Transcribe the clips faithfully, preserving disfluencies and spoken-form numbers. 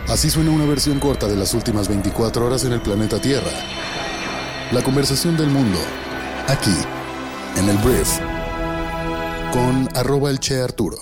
Así suena una versión corta de las últimas veinticuatro horas en el planeta Tierra. La conversación del mundo, aquí, en el Brief, con arroba el Che Arturo.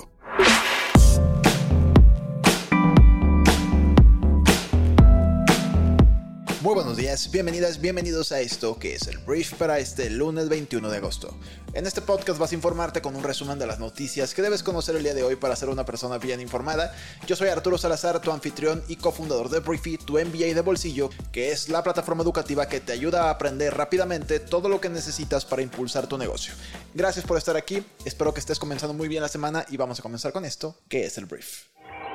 Muy buenos días, bienvenidas, bienvenidos a esto que es el Brief para este lunes veintiuno de agosto. En este podcast vas a informarte con un resumen de las noticias que debes conocer el día de hoy para ser una persona bien informada. Yo soy Arturo Salazar, tu anfitrión y cofundador de Briefy, tu M B A de bolsillo, que es la plataforma educativa que te ayuda a aprender rápidamente todo lo que necesitas para impulsar tu negocio. Gracias por estar aquí, espero que estés comenzando muy bien la semana y vamos a comenzar con esto, que es el Brief.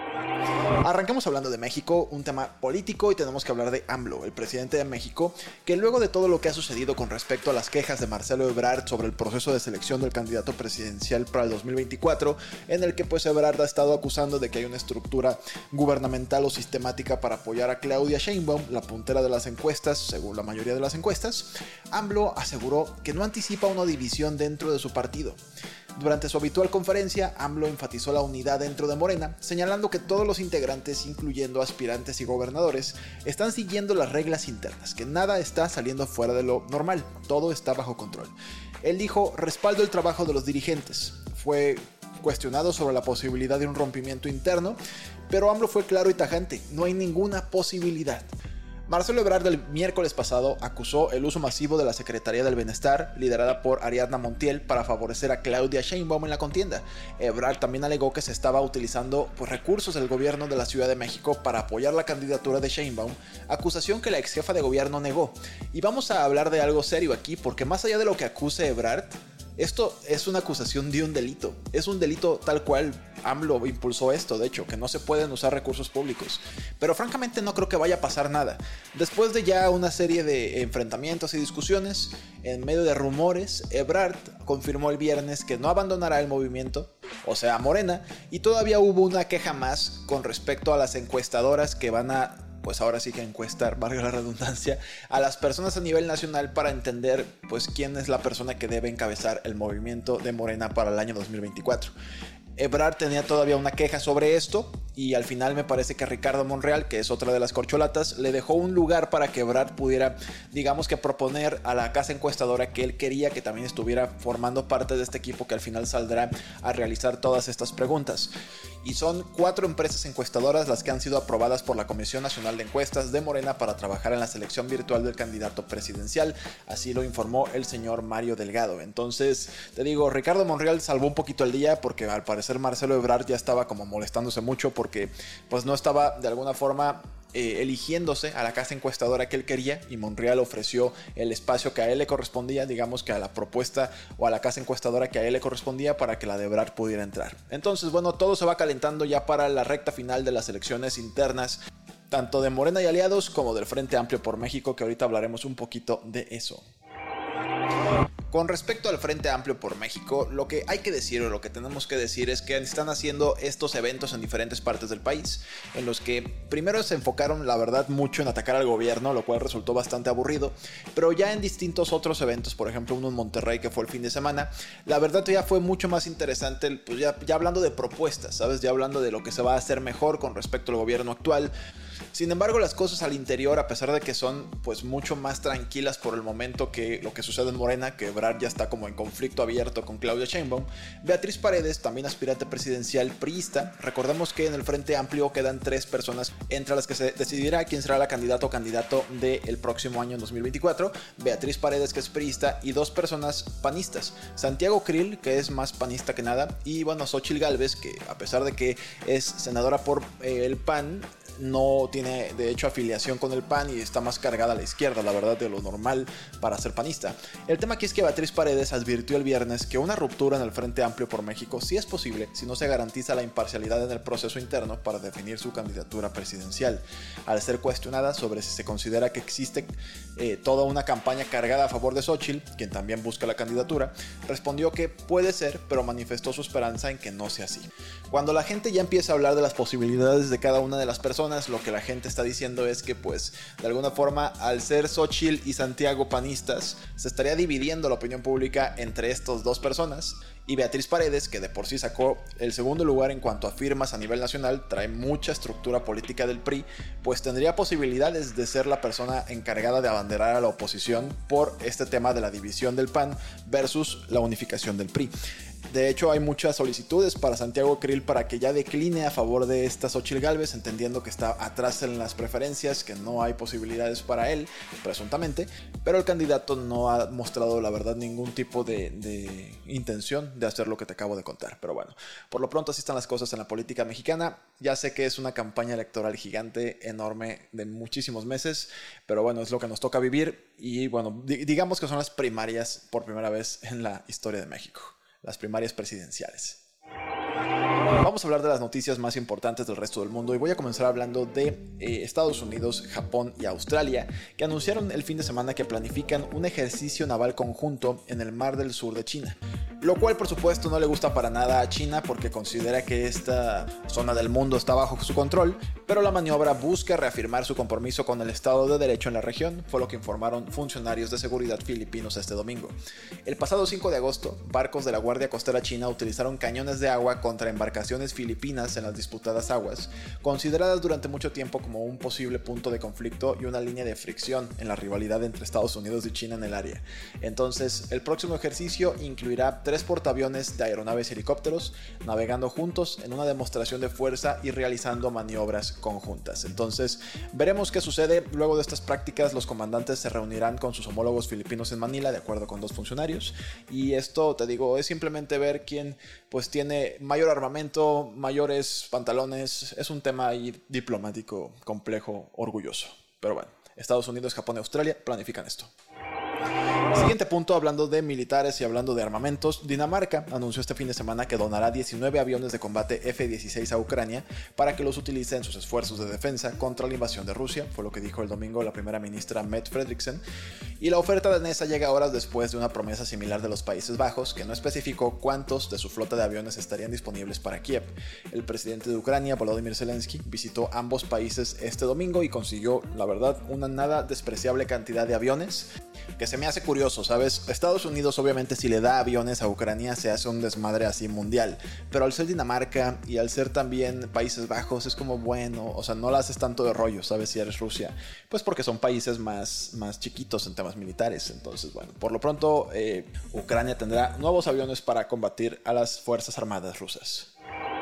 Arranquemos hablando de México, un tema político, y tenemos que hablar de AMLO, el presidente de México, que luego de todo lo que ha sucedido con respecto a las quejas de Marcelo Ebrard sobre el proceso de selección del candidato presidencial para el dos mil veinticuatro, en el que pues Ebrard ha estado acusando de que hay una estructura gubernamental o sistemática para apoyar a Claudia Sheinbaum, la puntera de las encuestas, según la mayoría de las encuestas, AMLO aseguró que no anticipa una división dentro de su partido. Durante su habitual conferencia, AMLO enfatizó la unidad dentro de Morena, señalando que todos los integrantes, incluyendo aspirantes y gobernadores, están siguiendo las reglas internas, que nada está saliendo fuera de lo normal, todo está bajo control. Él dijo: respaldo el trabajo de los dirigentes. Fue cuestionado sobre la posibilidad de un rompimiento interno, pero AMLO fue claro y tajante: no hay ninguna posibilidad. Marcelo Ebrard el miércoles pasado acusó el uso masivo de la Secretaría del Bienestar, liderada por Ariadna Montiel, para favorecer a Claudia Sheinbaum en la contienda. Ebrard también alegó que se estaba utilizando pues, recursos del gobierno de la Ciudad de México para apoyar la candidatura de Sheinbaum, acusación que la ex jefa de gobierno negó. Y vamos a hablar de algo serio aquí, porque más allá de lo que acuse Ebrard, esto es una acusación de un delito. Es un delito tal cual AMLO impulsó esto, de hecho, que no se pueden usar recursos públicos. Pero francamente no creo que vaya a pasar nada. Después de ya una serie de enfrentamientos y discusiones, en medio de rumores, Ebrard confirmó el viernes que no abandonará el movimiento, o sea, Morena, y todavía hubo una queja más con respecto a las encuestadoras que van a... pues ahora sí que encuestar, valga la redundancia, a las personas a nivel nacional para entender pues quién es la persona que debe encabezar el movimiento de Morena para el año dos mil veinticuatro. Ebrard tenía todavía una queja sobre esto y al final me parece que Ricardo Monreal, que es otra de las corcholatas, le dejó un lugar para que Ebrard pudiera, digamos que proponer a la casa encuestadora que él quería que también estuviera formando parte de este equipo que al final saldrá a realizar todas estas preguntas. Y son cuatro empresas encuestadoras las que han sido aprobadas por la Comisión Nacional de Encuestas de Morena para trabajar en la selección virtual del candidato presidencial, así lo informó el señor Mario Delgado. Entonces, te digo, Ricardo Monreal salvó un poquito el día porque al parecer Marcelo Ebrard ya estaba como molestándose mucho porque pues no estaba de alguna forma eh, eligiéndose a la casa encuestadora que él quería, y Monreal ofreció el espacio que a él le correspondía, digamos que a la propuesta o a la casa encuestadora que a él le correspondía para que la de Ebrard pudiera entrar. Entonces, bueno, todo se va calentando ya para la recta final de las elecciones internas, tanto de Morena y aliados como del Frente Amplio por México, que ahorita hablaremos un poquito de eso. Con respecto al Frente Amplio por México, lo que hay que decir o lo que tenemos que decir es que están haciendo estos eventos en diferentes partes del país, en los que primero se enfocaron, la verdad, mucho en atacar al gobierno, lo cual resultó bastante aburrido, pero ya en distintos otros eventos, por ejemplo uno en Monterrey que fue el fin de semana, la verdad ya fue mucho más interesante, pues ya, ya hablando de propuestas, ¿sabes? Ya hablando de lo que se va a hacer mejor con respecto al gobierno actual. Sin embargo, las cosas al interior, a pesar de que son pues mucho más tranquilas por el momento que lo que sucede en Morena, que Ebrard ya está como en conflicto abierto con Claudia Sheinbaum, Beatriz Paredes, también aspirante presidencial priista, recordemos que en el Frente Amplio quedan tres personas entre las que se decidirá quién será la candidata o candidato del próximo año dos mil veinticuatro, Beatriz Paredes, que es priista, y dos personas panistas, Santiago Krill, que es más panista que nada, y bueno, Xóchitl Gálvez, que a pesar de que es senadora por eh, el P A N, no tiene de hecho afiliación con el P A N y está más cargada a la izquierda, la verdad, de lo normal para ser panista. El tema aquí es que Beatriz Paredes advirtió el viernes que una ruptura en el Frente Amplio por México sí es posible si no se garantiza la imparcialidad en el proceso interno para definir su candidatura presidencial. Al ser cuestionada sobre si se considera que existe eh, toda una campaña cargada a favor de Xóchitl, quien también busca la candidatura, respondió que puede ser, pero manifestó su esperanza en que no sea así. Cuando la gente ya empieza a hablar de las posibilidades de cada una de las personas, personas lo que la gente está diciendo es que pues de alguna forma al ser Xóchitl y Santiago panistas se estaría dividiendo la opinión pública entre estas dos personas, y Beatriz Paredes, que de por sí sacó el segundo lugar en cuanto a firmas a nivel nacional, trae mucha estructura política del P R I, pues tendría posibilidades de ser la persona encargada de abanderar a la oposición por este tema de la división del P A N versus la unificación del P R I. De hecho, hay muchas solicitudes para Santiago Krill para que ya decline a favor de esta Xóchitl Gálvez, entendiendo que está atrás en las preferencias, que no hay posibilidades para él, presuntamente, pero el candidato no ha mostrado, la verdad, ningún tipo de, de intención de hacer lo que te acabo de contar. Pero bueno, por lo pronto así están las cosas en la política mexicana. Ya sé que es una campaña electoral gigante, enorme, de muchísimos meses, pero bueno, es lo que nos toca vivir y bueno, digamos que son las primarias por primera vez en la historia de México. Las primarias presidenciales. Vamos a hablar de las noticias más importantes del resto del mundo y voy a comenzar hablando de eh, Estados Unidos, Japón y Australia, que anunciaron el fin de semana que planifican un ejercicio naval conjunto en el Mar del Sur de China. Lo cual por supuesto no le gusta para nada a China porque considera que esta zona del mundo está bajo su control, pero la maniobra busca reafirmar su compromiso con el Estado de Derecho en la región, fue lo que informaron funcionarios de seguridad filipinos este domingo. El pasado cinco de agosto, barcos de la Guardia Costera China utilizaron cañones de agua contra embarcaciones filipinas en las disputadas aguas, consideradas durante mucho tiempo como un posible punto de conflicto y una línea de fricción en la rivalidad entre Estados Unidos y China en el área. Entonces, el próximo ejercicio incluirá tres portaaviones de aeronaves y helicópteros navegando juntos en una demostración de fuerza y realizando maniobras conjuntas. Entonces, veremos qué sucede. Luego de estas prácticas, los comandantes se reunirán con sus homólogos filipinos en Manila, de acuerdo con dos funcionarios. Y esto, te digo, es simplemente ver quién pues tiene mayor armamento, mayores pantalones. Es un tema ahí diplomático complejo, orgulloso. Pero bueno, Estados Unidos, Japón y Australia planifican esto. Siguiente punto, hablando de militares y hablando de armamentos, Dinamarca anunció este fin de semana que donará diecinueve aviones de combate F dieciséis a Ucrania para que los utilice en sus esfuerzos de defensa contra la invasión de Rusia, fue lo que dijo el domingo la primera ministra Mette Frederiksen, y la oferta danesa llega horas después de una promesa similar de los Países Bajos, que no especificó cuántos de su flota de aviones estarían disponibles para Kiev. El presidente de Ucrania, Volodymyr Zelensky, visitó ambos países este domingo y consiguió, la verdad, una nada despreciable cantidad de aviones, que se me hace curioso, ¿sabes? Estados Unidos obviamente si le da aviones a Ucrania se hace un desmadre así mundial, pero al ser Dinamarca y al ser también Países Bajos es como bueno, o sea, no la haces tanto de rollo, ¿sabes? Si eres Rusia, pues porque son países más, más chiquitos en temas militares. Entonces, bueno, por lo pronto eh, Ucrania tendrá nuevos aviones para combatir a las fuerzas armadas rusas.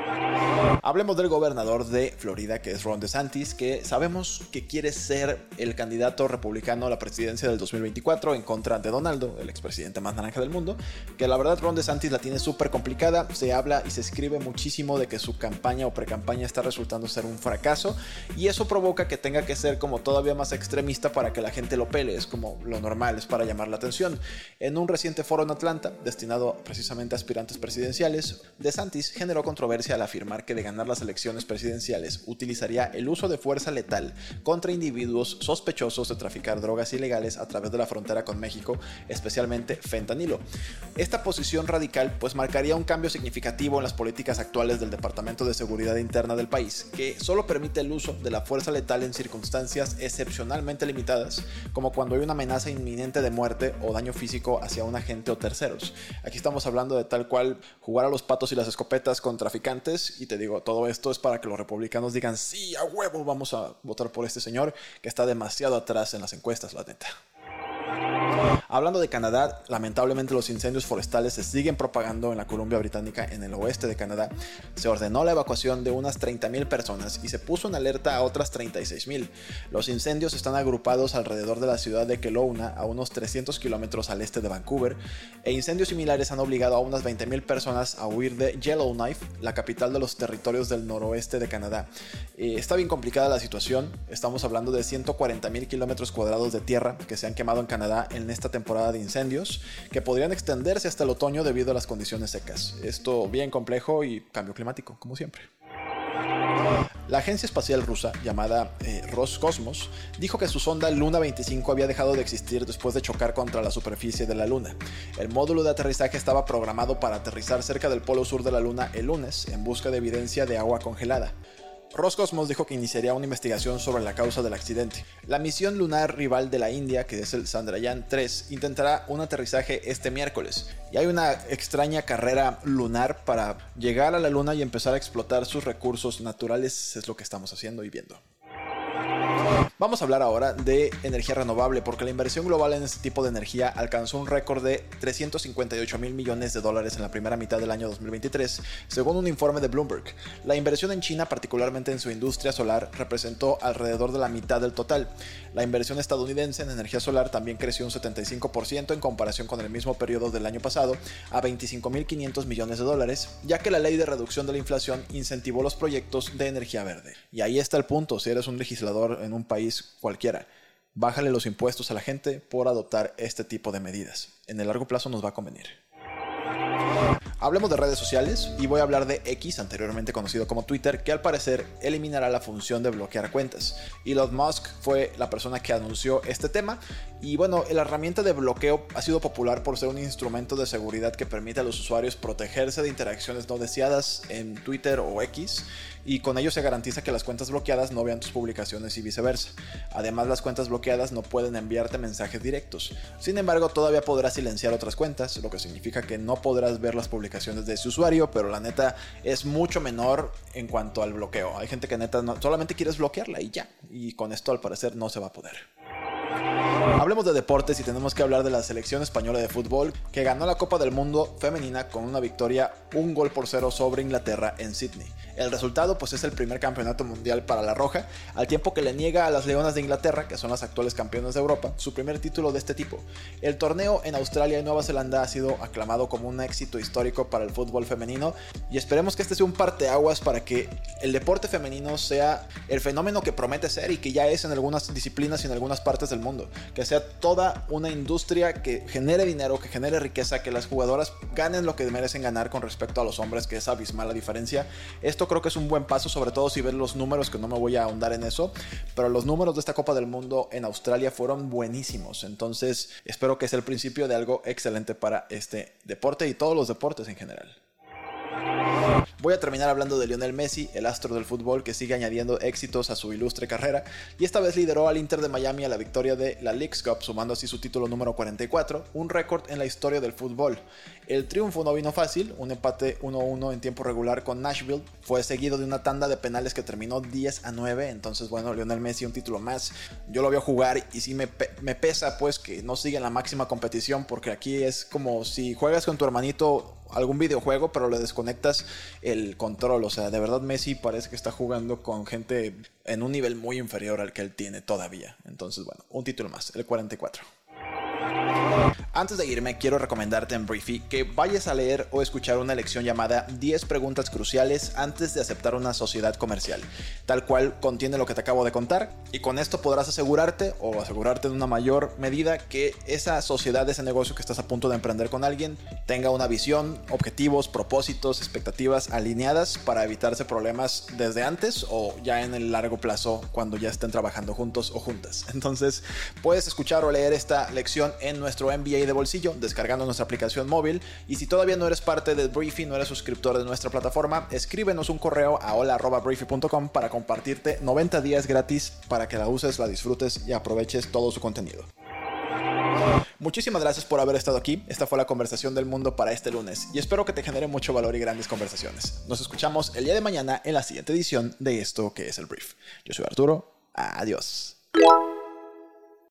Hablemos del gobernador de Florida, que es Ron DeSantis, que sabemos que quiere ser el candidato republicano a la presidencia del dos mil veinticuatro en contra de Donaldo, el expresidente más naranja del mundo, que la verdad Ron DeSantis la tiene súper complicada. Se habla y se escribe muchísimo de que su campaña o precampaña está resultando ser un fracaso, y eso provoca que tenga que ser como todavía más extremista para que la gente lo pele. Es como lo normal, es para llamar la atención. En un reciente foro en Atlanta, destinado precisamente a aspirantes presidenciales, DeSantis generó controversia al afirmar que de ganar las elecciones presidenciales utilizaría el uso de fuerza letal contra individuos sospechosos de traficar drogas ilegales a través de la frontera con México, especialmente fentanilo. Esta posición radical pues marcaría un cambio significativo en las políticas actuales del Departamento de Seguridad Interna del país, que solo permite el uso de la fuerza letal en circunstancias excepcionalmente limitadas, como cuando hay una amenaza inminente de muerte o daño físico hacia un agente o terceros. Aquí estamos hablando de tal cual jugar a los patos y las escopetas con traficantes, y te digo, todo esto es para que los republicanos digan sí, a huevo, vamos a votar por este señor que está demasiado atrás en las encuestas, la neta. Hablando de Canadá, lamentablemente los incendios forestales se siguen propagando en la Columbia Británica, en el oeste de Canadá. Se ordenó la evacuación de unas treinta mil personas y se puso en alerta a otras treinta y seis mil. Los incendios están agrupados alrededor de la ciudad de Kelowna, a unos trescientos kilómetros al este de Vancouver, e incendios similares han obligado a unas veinte mil personas a huir de Yellowknife, la capital de los territorios del noroeste de Canadá. Eh, está bien complicada la situación. Estamos hablando de ciento cuarenta mil kilómetros cuadrados de tierra que se han quemado en Canadá en esta temporada de incendios, que podrían extenderse hasta el otoño debido a las condiciones secas. Esto bien complejo y cambio climático, como siempre. La agencia espacial rusa, llamada eh, Roscosmos, dijo que su sonda Luna veinticinco había dejado de existir después de chocar contra la superficie de la Luna. El módulo de aterrizaje estaba programado para aterrizar cerca del polo sur de la Luna el lunes, en busca de evidencia de agua congelada. Roscosmos dijo que iniciaría una investigación sobre la causa del accidente. La misión lunar rival de la India, que es el Chandrayaan tres, intentará un aterrizaje este miércoles. Y hay una extraña carrera lunar para llegar a la luna y empezar a explotar sus recursos naturales. Es lo que estamos haciendo y viendo. Vamos a hablar ahora de energía renovable, porque la inversión global en este tipo de energía alcanzó un récord de trescientos cincuenta y ocho mil millones de dólares en la primera mitad del año dos mil veintitrés, según un informe de Bloomberg. La inversión en China, particularmente en su industria solar, representó alrededor de la mitad del total. La inversión estadounidense en energía solar también creció un setenta y cinco por ciento en comparación con el mismo periodo del año pasado, a veinticinco mil quinientos millones de dólares, ya que la ley de reducción de la inflación incentivó los proyectos de energía verde. Y ahí está el punto: si eres un legislador en un país cualquiera, bájale los impuestos a la gente por adoptar este tipo de medidas. En el largo plazo nos va a convenir. Hablemos de redes sociales y voy a hablar de X, anteriormente conocido como Twitter, que al parecer eliminará la función de bloquear cuentas. Elon Musk fue la persona que anunció este tema y bueno, la herramienta de bloqueo ha sido popular por ser un instrumento de seguridad que permite a los usuarios protegerse de interacciones no deseadas en Twitter o X, y con ello se garantiza que las cuentas bloqueadas no vean tus publicaciones y viceversa. Además, las cuentas bloqueadas no pueden enviarte mensajes directos. Sin embargo, todavía podrás silenciar otras cuentas, lo que significa que no podrás ver las publicaciones de ese usuario, pero la neta es mucho menor en cuanto al bloqueo. Hay gente que neta no, solamente quieres bloquearla y ya, y con esto al parecer no se va a poder. Hablemos de deportes y tenemos que hablar de la selección española de fútbol, que ganó la Copa del Mundo femenina con una victoria un gol por cero sobre Inglaterra en Sydney. El resultado pues es el primer campeonato mundial para la Roja, al tiempo que le niega a las Leonas de Inglaterra, que son las actuales campeonas de Europa, su primer título de este tipo. El torneo en Australia y Nueva Zelanda ha sido aclamado como un éxito histórico para el fútbol femenino, y esperemos que este sea un parteaguas para que el deporte femenino sea el fenómeno que promete ser y que ya es en algunas disciplinas y en algunas partes del mundo. Que sea toda una industria que genere dinero, que genere riqueza, que las jugadoras ganen lo que merecen ganar con respecto a los hombres, que es abismal la diferencia. Esto creo que es un buen paso, sobre todo si ves los números, que no me voy a ahondar en eso, pero los números de esta Copa del Mundo en Australia fueron buenísimos. Entonces espero que sea el principio de algo excelente para este deporte y todos los deportes en general. Voy a terminar hablando de Lionel Messi, el astro del fútbol que sigue añadiendo éxitos a su ilustre carrera, y esta vez lideró al Inter de Miami a la victoria de la Leagues Cup, sumando así su título número cuarenta y cuatro, un récord en la historia del fútbol. El triunfo no vino fácil, un empate uno a uno en tiempo regular con Nashville fue seguido de una tanda de penales que terminó diez a nueve, entonces bueno, Lionel Messi un título más. Yo lo veo jugar y sí me, pe- me pesa pues que no siga en la máxima competición, porque aquí es como si juegas con tu hermanito algún videojuego pero le desconectas el control. O sea, de verdad Messi parece que está jugando con gente en un nivel muy inferior al que él tiene todavía. Entonces bueno, un título más, el cuarenta y cuatro. Antes de irme, quiero recomendarte en Briefy que vayas a leer o escuchar una lección llamada diez preguntas cruciales antes de aceptar una sociedad comercial, tal cual contiene lo que te acabo de contar, y con esto podrás asegurarte o asegurarte en una mayor medida que esa sociedad, ese negocio que estás a punto de emprender con alguien, tenga una visión, objetivos, propósitos, expectativas alineadas para evitarse problemas desde antes o ya en el largo plazo cuando ya estén trabajando juntos o juntas. Entonces puedes escuchar o leer esta lección en nuestro M B A de bolsillo, descargando nuestra aplicación móvil. Y si todavía no eres parte de Briefy, no eres suscriptor de nuestra plataforma, escríbenos un correo a hola arroba briefy punto com para compartirte noventa días gratis para que la uses, la disfrutes y aproveches todo su contenido. Muchísimas gracias por haber estado aquí. Esta fue la conversación del mundo para este lunes y espero que te genere mucho valor y grandes conversaciones. Nos escuchamos el día de mañana en la siguiente edición de esto que es el Brief. Yo soy Arturo. Adiós.